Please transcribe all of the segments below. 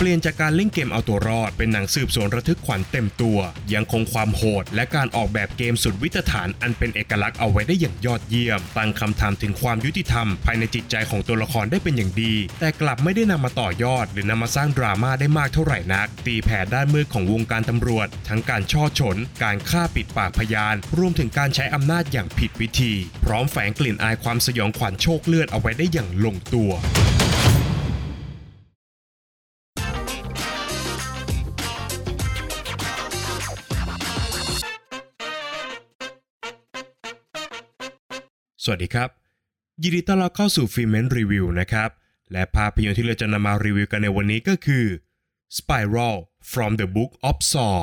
ปลี่ยนจากการเล่นเกมเอาตัวรอดเป็นหนังสืบสวนระทึกขวัญเต็มตัวยังคงความโหดและการออกแบบเกมสุดวิตฐานอันเป็นเอกลักษณ์เอาไว้ได้อย่างยอดเยี่ยมตั้งคำถามถึงความยุติธรรมภายในจิตใจของตัวละครได้เป็นอย่างดีแต่กลับไม่ได้นำมาต่อยอดหรือนำมาสร้างดราม่าได้มากเท่าไหร่นักตีแผ่ด้านมืดของวงการตำรวจทั้งการช่อฉนการฆ่าปิดปากพยานรวมถึงการใช้อำนาจอย่างผิดวิธีพร้อมแฝงกลิ่นอายความสยองขวัญโชคเลือดเอาไว้ได้อย่างลงตัวสวัสดีครับยินดีต้อนรับเข้าสู่ฟิเมนรีวิวนะครับและภาพยนตร์ที่เราจะนำมารีวิวกันในวันนี้ก็คือ Spiral from the Book of Saw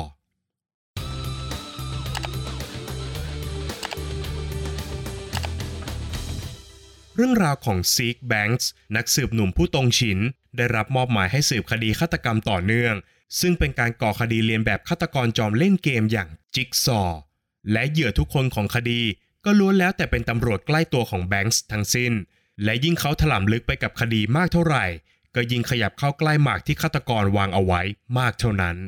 เรื่องราวของซีกแบงค์ส์นักสืบหนุ่มผู้ตรงฉินได้รับมอบหมายให้สืบคดีฆาตกรรมต่อเนื่องซึ่งเป็นการก่อคดีเลียนแบบฆาตกรจอมเล่นเกมอย่างจิ๊กซอว์และเหยื่อทุกคนของคดีก็ล้วนแล้วแต่เป็นตำรวจใกล้ตัวของแบงค์ส์ทั้งสิ้นและยิ่งเขาถลำลึกไปกับคดีมากเท่าไหร่ก็ยิ่งขยับเข้าใกล้หมากที่ฆาตกรวางเอาไว้มากเท่านั้น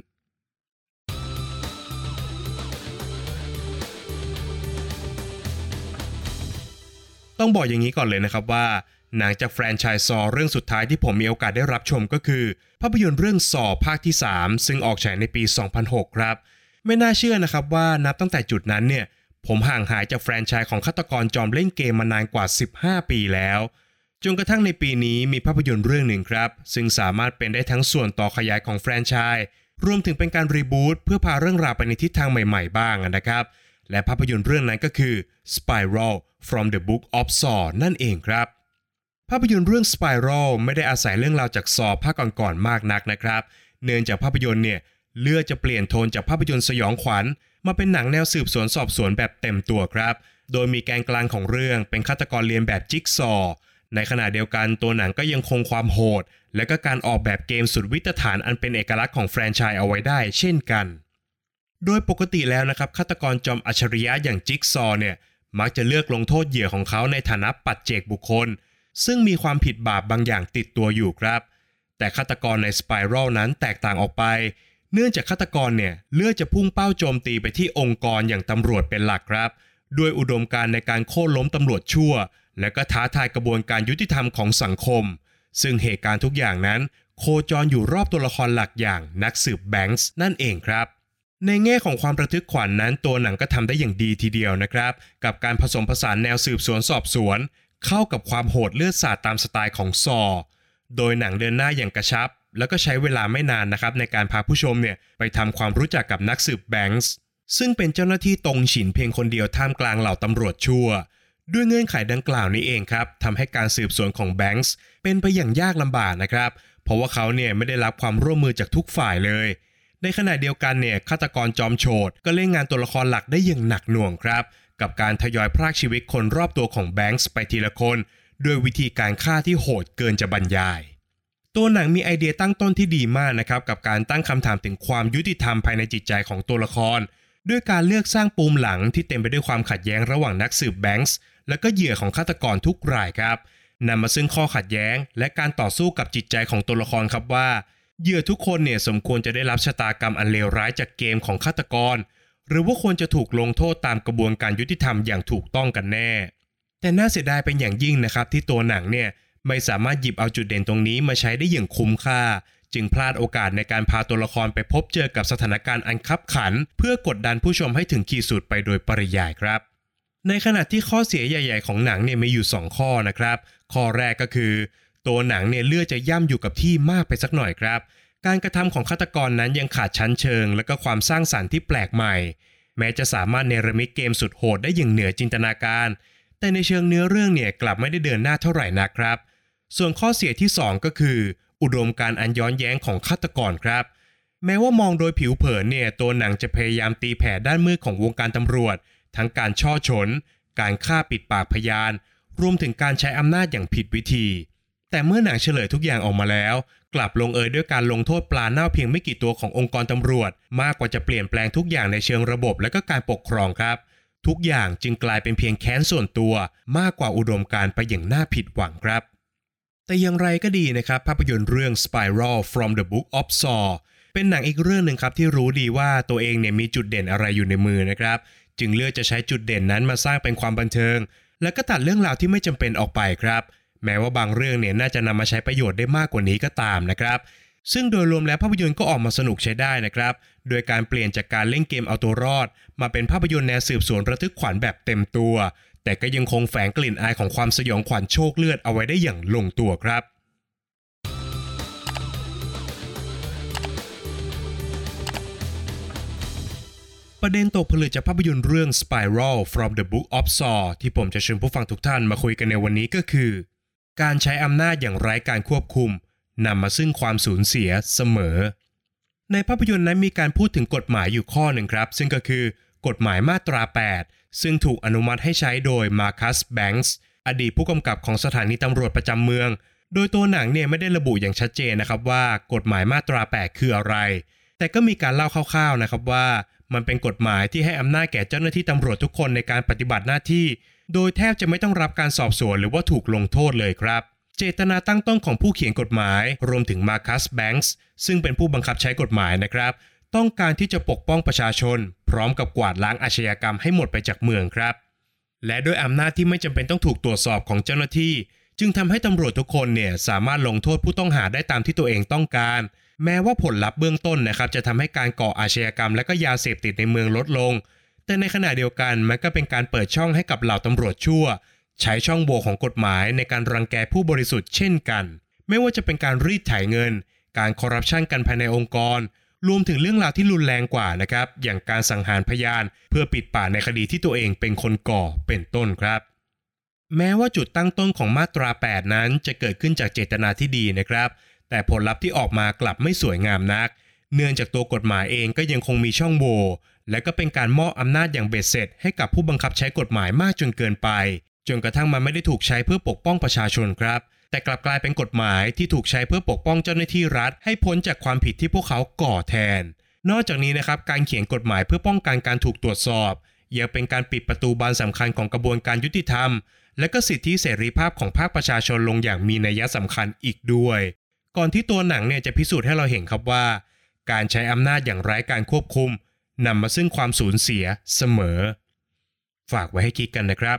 ต้องบอกอย่างนี้ก่อนเลยนะครับว่าหนังจากแฟรนไชส์ซอเรื่องสุดท้ายที่ผมมีโอกาสได้รับชมก็คือภาพยนตร์เรื่องซอภาคที่3ซึ่งออกฉายในปี 2006 ครับไม่น่าเชื่อนะครับว่านับตั้งแต่จุดนั้นเนี่ยผมห่างหายจากแฟรนไชส์ของฆาตกรจอมเล่นเกมมานานกว่า15ปีแล้วจนกระทั่งในปีนี้มีภาพยนตร์เรื่องหนึ่งครับซึ่งสามารถเป็นได้ทั้งส่วนต่อขยายของแฟรนไชส์รวมถึงเป็นการรีบูตเพื่อพาเรื่องราวไปในทิศทางใหม่ๆบ้างนะครับและภาพยนตร์เรื่องนั้นก็คือ Spiral from the Book of Saw นั่นเองครับภาพยนตร์เรื่อง Spiral ไม่ได้อาศัยเรื่องราวจาก Saw ภาคก่อนๆมากนักนะครับเนื่องจากภาพยนตร์เนี่ยเลือกจะเปลี่ยนโทนจากภาพยนตร์สยองขวัญมาเป็นหนังแนวสืบสวนสอบสวนแบบเต็มตัวครับโดยมีแกนกลางของเรื่องเป็นฆาตกรเลียนแบบจิ๊กซอว์ในขณะเดียวกันตัวหนังก็ยังคงความโหดและก็การออกแบบเกมสุดวิตฐานอันเป็นเอกลักษณ์ของแฟรนไชส์เอาไว้ได้เช่นกันโดยปกติแล้วนะครับฆาตกรจอมอัจฉริยะอย่างจิ๊กซอว์เนี่ยมักจะเลือกลงโทษเหยื่อของเขาในฐานะปัจเจกบุคคลซึ่งมีความผิดบาปบางอย่างติดตัวอยู่ครับแต่ฆาตกรใน Spiral นั้นแตกต่างออกไปเนื่องจากฆาตกรเนี่ยเลือกจะพุ่งเป้าโจมตีไปที่องค์กรอย่างตำรวจเป็นหลักครับด้วยอุดมการณ์ในการโค่นล้มตำรวจชั่วและก็ท้าทายกระบวนการยุติธรรมของสังคมซึ่งเหตุการณ์ทุกอย่างนั้นโคจรอยู่รอบตัวละครหลักอย่างนักสืบแบงค์ส์นั่นเองครับในแง่ของความระทึกขวัญ นั้นตัวหนังก็ทำได้อย่างดีทีเดียวนะครับกับการผสมผสานแนวสืบสวนสอบสวนเข้ากับความโหดเลือดสาดตามสไตล์ของซอโดยหนังเดินหน้าอย่างกระชับแล้วก็ใช้เวลาไม่นานนะครับในการพาผู้ชมเนี่ยไปทำความรู้จักกับนักสืบแบงค์ส์ซึ่งเป็นเจ้าหน้าที่ตรงฉินเพียงคนเดียวท่ามกลางเหล่าตำรวจชั่วด้วยเงื่อนไขดังกล่าวนี้เองครับทำให้การสืบสวนของแบงค์ส์เป็นไปอย่างยากลำบากนะครับเพราะว่าเขาเนี่ยไม่ได้รับความร่วมมือจากทุกฝ่ายเลยในขณะเดียวกันเนี่ยฆาตกรจอมโฉดก็เล่นงานตัวละครหลักได้อย่างหนักหน่วงครับกับการทยอยพรากชีวิตคนรอบตัวของแบงค์ส์ไปทีละคนด้วยวิธีการฆ่าที่โหดเกินจะบรรยายตัวหนังมีไอเดียตั้งต้นที่ดีมากนะครับกับการตั้งคำถามถึงความยุติธรรมภายในจิตใจของตัวละครด้วยการเลือกสร้างปูมหลังที่เต็มไปด้วยความขัดแย้งระหว่างนักสืบแบงค์ส์และก็เหยื่อของฆาตกรทุกรายครับนำมาซึ่งข้อขัดแย้งและการต่อสู้กับจิตใจของตัวละครครับว่าเหยื่อทุกคนเนี่ยสมควรจะได้รับชะตากรรมอันเลวร้ายจากเกมของฆาตกรหรือว่าควรจะถูกลงโทษตามกระบวนการยุติธรรมอย่างถูกต้องกันแน่แต่น่าเสียดายเป็นอย่างยิ่งนะครับที่ตัวหนังเนี่ยไม่สามารถหยิบเอาจุดเด่นตรงนี้มาใช้ได้อย่างคุ้มค่าจึงพลาดโอกาสในการพาตัวละครไปพบเจอกับสถานการณ์อันคับขันเพื่อกดดันผู้ชมให้ถึงขีดสุดไปโดยปริยายครับในขณะที่ข้อเสียใหญ่ๆของหนังเนี่ยมีอยู่2ข้อนะครับข้อแรกก็คือตัวหนังเนี่ยเลือกจะย่ำอยู่กับที่มากไปสักหน่อยครับการกระทำของฆาตกรนั้นยังขาดชั้นเชิงและก็ความสร้างสรรค์ที่แปลกใหม่แม้จะสามารถเนรมิตเกมสุดโหดได้อย่างเหนือจินตนาการแต่ในเชิงเนื้อเรื่องเนี่ยกลับไม่ได้เดินหน้าเท่าไหร่นักครับส่วนข้อเสียที่2ก็คืออุดมการณ์อันย้อนแย้งของฆาตกรครับแม้ว่ามองโดยผิวเผินเนี่ยตัวหนังจะพยายามตีแผ่ด้านมืดของวงการตำรวจทั้งการช่อฉนการฆ่าปิดปากพยานรวมถึงการใช้อำนาจอย่างผิดวิธีแต่เมื่อหนังเฉลยทุกอย่างออกมาแล้วกลับลงเอยด้วยการลงโทษปลาเน่าเพียงไม่กี่ตัวขององค์กรตำรวจมากกว่าจะเปลี่ยนแปลงทุกอย่างในเชิงระบบและก็การปกครองครับทุกอย่างจึงกลายเป็นเพียงแค้นส่วนตัวมากกว่าอุดมการณ์ไปอย่างน่าผิดหวังครับ แต่แต่อย่างไรก็ดีนะครับภาพยนตร์เรื่อง Spiral from the Book of Saw เป็นหนังอีกเรื่องหนึ่งครับที่รู้ดีว่าตัวเองเนี่ยมีจุดเด่นอะไรอยู่ในมือนะครับจึงเลือกจะใช้จุดเด่นนั้นมาสร้างเป็นความบันเทิงและก็ตัดเรื่องราวที่ไม่จำเป็นออกไปครับแม้ว่าบางเรื่องเนี่ยน่าจะนำมาใช้ประโยชน์ได้มากกว่านี้ก็ตามนะครับซึ่งโดยรวมแล้วภาพยนตร์ก็ออกมาสนุกใช้ได้นะครับโดยการเปลี่ยนจากการเล่นเกมเอาตัวรอดมาเป็นภาพยนตร์แนวสืบสวนระทึกขวัญแบบเต็มตัวแต่ก็ยังคงแฝงกลิ่นอายของความสยองขวัญโชคเลือดเอาไว้ได้อย่างลงตัวครับประเด็นตกผลึกจากภาพยนตร์เรื่อง Spiral from the Book of Saw ที่ผมจะเชิญผู้ฟังทุกท่านมาคุยกันในวันนี้ก็คือการใช้อำนาจอย่างไร้การควบคุมนำมาซึ่งความสูญเสียเสมอในภาพยนตร์นั้นมีการพูดถึงกฎหมายอยู่ข้อหนึ่งครับซึ่งก็คือกฎหมายมาตรา 8 ซึ่งถูกอนุมัติให้ใช้โดยมาร์คัส แบงค์ส์อดีตผู้กำกับของสถานีตำรวจประจำเมืองโดยตัวหนังเนี่ยไม่ได้ระบุอย่างชัดเจนนะครับว่ากฎหมายมาตรา 8 คืออะไรแต่ก็มีการเล่าคร่าวๆนะครับว่ามันเป็นกฎหมายที่ให้อำนาจแก่เจ้าหน้าที่ตำรวจทุกคนในการปฏิบัติหน้าที่โดยแทบจะไม่ต้องรับการสอบสวนหรือว่าถูกลงโทษเลยครับเจตนาตั้งต้นของผู้เขียนกฎหมายรวมถึงมาร์คัส แบงค์ส์ซึ่งเป็นผู้บังคับใช้กฎหมายนะครับต้องการที่จะปกป้องประชาชนพร้อมกับกวาดล้างอาชญากรรมให้หมดไปจากเมืองครับและด้วยอำนาจที่ไม่จำเป็นต้องถูกตรวจสอบของเจ้าหน้าที่จึงทำให้ตำรวจทุกคนเนี่ยสามารถลงโทษผู้ต้องหาได้ตามที่ตัวเองต้องการแม้ว่าผลลัพธ์เบื้องต้นนะครับจะทำให้การก่ออาชญากรรมและก็ยาเสพติดในเมืองลดลงแต่ในขณะเดียวกันมันก็เป็นการเปิดช่องให้กับเหล่าตำรวจชั่วใช้ช่องโหว่ของกฎหมายในการรังแกผู้บริสุทธิ์เช่นกันไม่ว่าจะเป็นการรีดไถเงินการคอร์รัปชันกันภายในองค์กรรวมถึงเรื่องราวที่รุนแรงกว่านะครับอย่างการสังหารพยานเพื่อปิดปากในคดีที่ตัวเองเป็นคนก่อเป็นต้นครับแม้ว่าจุดตั้งต้นของมาตรา 8 นั้นจะเกิดขึ้นจากเจตนาที่ดีนะครับแต่ผลลัพธ์ที่ออกมากลับไม่สวยงามนักเนื่องจากตัวกฎหมายเองก็ยังคงมีช่องโหว่และก็เป็นการมอบอำนาจอย่างเบ็ดเสร็จให้กับผู้บังคับใช้กฎหมายมากจนเกินไปจนกระทั่งมันไม่ได้ถูกใช้เพื่อปกป้องประชาชนครับแต่กลับกลายเป็นกฎหมายที่ถูกใช้เพื่อปกป้องเจ้าหน้าที่รัฐให้พ้นจากความผิดที่พวกเขาก่อแทนนอกจากนี้นะครับการเขียนกฎหมายเพื่อป้องกันการถูกตรวจสอบยังเป็นการปิดประตูบานสำคัญของกระบวนการยุติธรรมและก็สิทธิเสรีภาพของภาคประชาชนลงอย่างมีนัยสำคัญอีกด้วยก่อนที่ตัวหนังเนี่ยจะพิสูจน์ให้เราเห็นครับว่าการใช้อำนาจอย่างไร้การควบคุมนำมาซึ่งความสูญเสียเสมอฝากไว้ให้คิดกันนะครับ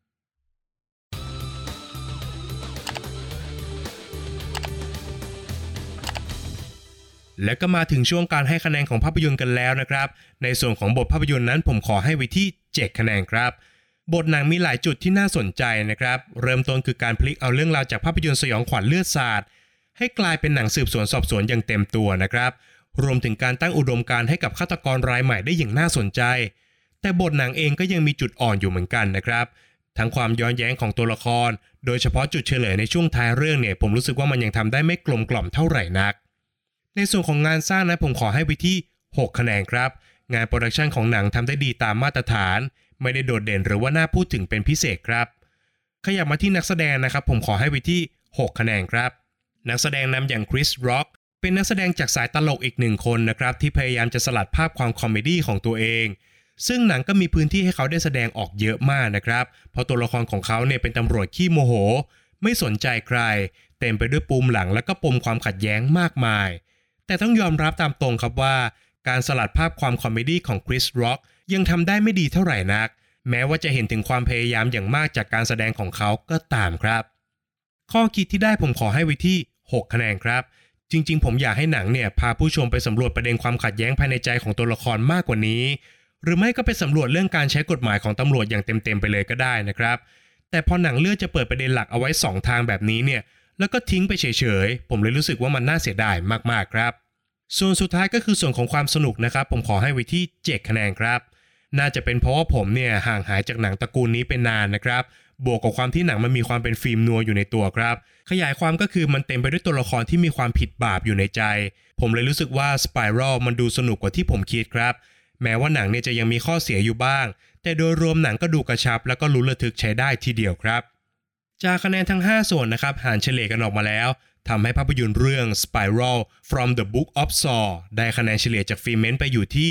และก็มาถึงช่วงการให้คะแนนของภาพยนตร์กันแล้วนะครับในส่วนของบทภาพยนตร์นั้นผมขอให้ไว้ที่7คะแนนครับบทหนังมีหลายจุดที่น่าสนใจนะครับเริ่มต้นคือการพลิกเอาเรื่องราวจากภาพยนตร์สยองขวัญเลือดสาดให้กลายเป็นหนังสืบสวนสอบสวนอย่างเต็มตัวนะครับรวมถึงการตั้งอุดมการณ์ให้กับฆาตกรรายใหม่ได้อย่างน่าสนใจแต่บทหนังเองก็ยังมีจุดอ่อนอยู่เหมือนกันนะครับทั้งความย้อนแย้งของตัวละครโดยเฉพาะจุดเฉลยในช่วงท้ายเรื่องเนี่ยผมรู้สึกว่ามันยังทำได้ไม่กลมกล่อมเท่าไหร่นักในส่วนของงานสร้างนะผมขอให้ไว้ที่6คะแนนครับงานโปรดักชันของหนังทำได้ดีตามมาตรฐานไม่ได้โดดเด่นหรือว่าน่าพูดถึงเป็นพิเศษครับขยับมาที่นักแสดงนะครับผมขอให้ไว้ที่6คะแนนครับนักแสดงนำอย่างคริส ร็อกเป็นนักแสดงจากสายตลกอีก1คนนะครับที่พยายามจะสลัดภาพความคอมเมดี้ของตัวเองซึ่งหนังก็มีพื้นที่ให้เขาได้แสดงออกเยอะมากนะครับเพราะตัวละครของเขาเนี่ยเป็นตำรวจขี้โมโหไม่สนใจใครเต็มไปด้วยปูมหลังและก็ปมความขัดแย้งมากมายแต่ต้องยอมรับตามตรงครับว่าการสลัดภาพความคอมเมดี้ของคริส ร็อกยังทำได้ไม่ดีเท่าไหร่นักแม้ว่าจะเห็นถึงความพยายามอย่างมากจากการแสดงของเขาก็ตามครับข้อคิดที่ได้ผมขอให้ไว้ที่6คะแนนครับจริงๆผมอยากให้หนังเนี่ยพาผู้ชมไปสำรวจประเด็นความขัดแย้งภายในใจของตัวละครมากกว่านี้หรือไม่ก็ไปสำรวจเรื่องการใช้กฎหมายของตำรวจอย่างเต็มๆไปเลยก็ได้นะครับแต่พอหนังเลือกจะเปิดประเด็นหลักเอาไว้2ทางแบบนี้เนี่ยแล้วก็ทิ้งไปเฉยๆผมเลยรู้สึกว่ามันน่าเสียดายมากๆครับส่วนสุดท้ายก็คือส่วนของความสนุกนะครับผมขอให้ไว้ที่7คะแนนครับน่าจะเป็นเพราะว่าผมเนี่ยห่างหายจากหนังตระกูลนี้เป็นนานนะครับบวกกับความที่หนังมันมีความเป็นฟิล์มนัวอยู่ในตัวครับขยายความก็คือมันเต็มไปด้วยตัวละครที่มีความผิดบาปอยู่ในใจผมเลยรู้สึกว่า Spiral มันดูสนุกกว่าที่ผมคิดครับแม้ว่าหนังเนี่ยจะยังมีข้อเสียอยู่บ้างแต่โดยรวมหนังก็ดูกระชับแล้วก็ลุ้นระทึกใช้ได้ทีเดียวครับจากคะแนนทั้ง5ส่วนนะครับหารเฉลี่ยกันออกมาแล้วทำให้ภาพยนตร์เรื่อง Spiral from the Book of Saw ได้คะแนนเฉลี่ยจากฟิล์มเมนต์ไปอยู่ที่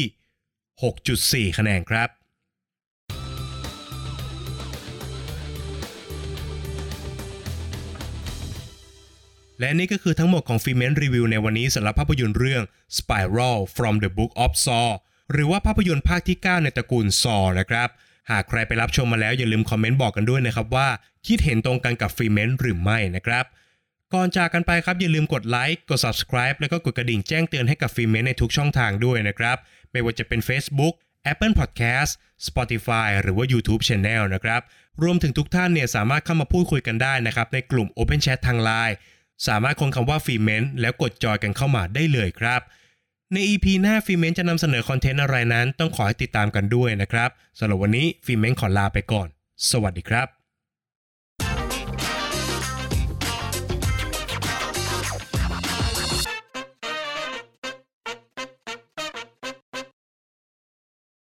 6.4 คะแนนครับและนี่ก็คือทั้งหมดของฟิเมนรีวิวในวันนี้สำหรับภาพยนตร์เรื่อง Spiral from the Book of Saw หรือว่าภาพยนตร์ภาคที่ 9 ในตระกูล Saw นะครับหากใครไปรับชมมาแล้วอย่าลืมคอมเมนต์บอกกันด้วยนะครับว่าคิดเห็นตรงกันกับฟิเมนหรือไม่นะครับก่อนจากกันไปครับอย่าลืมกดไลค์กด Subscribe แล้วก็กดกระดิ่งแจ้งเตือนให้กับฟิเมนในทุกช่องทางด้วยนะครับไม่ว่าจะเป็น Facebook Apple Podcast Spotify หรือว่า YouTube Channel นะครับรวมถึงทุกท่านเนี่ยสามารถเข้ามาพูดคุยกันได้นะครับในกลุ่ม Open Chat ทาง LINE สามารถค้นคำว่าฟิเมนแล้วกดจอยกันเข้ามาได้เลยครับใน EP หน้าฟิเมนจะนำเสนอคอนเทนต์อะไรนั้นต้องขอให้ติดตามกันด้วยนะครับสำหรับวันนี้ฟิเมนขอลาไปก่อนสวัสดีครับ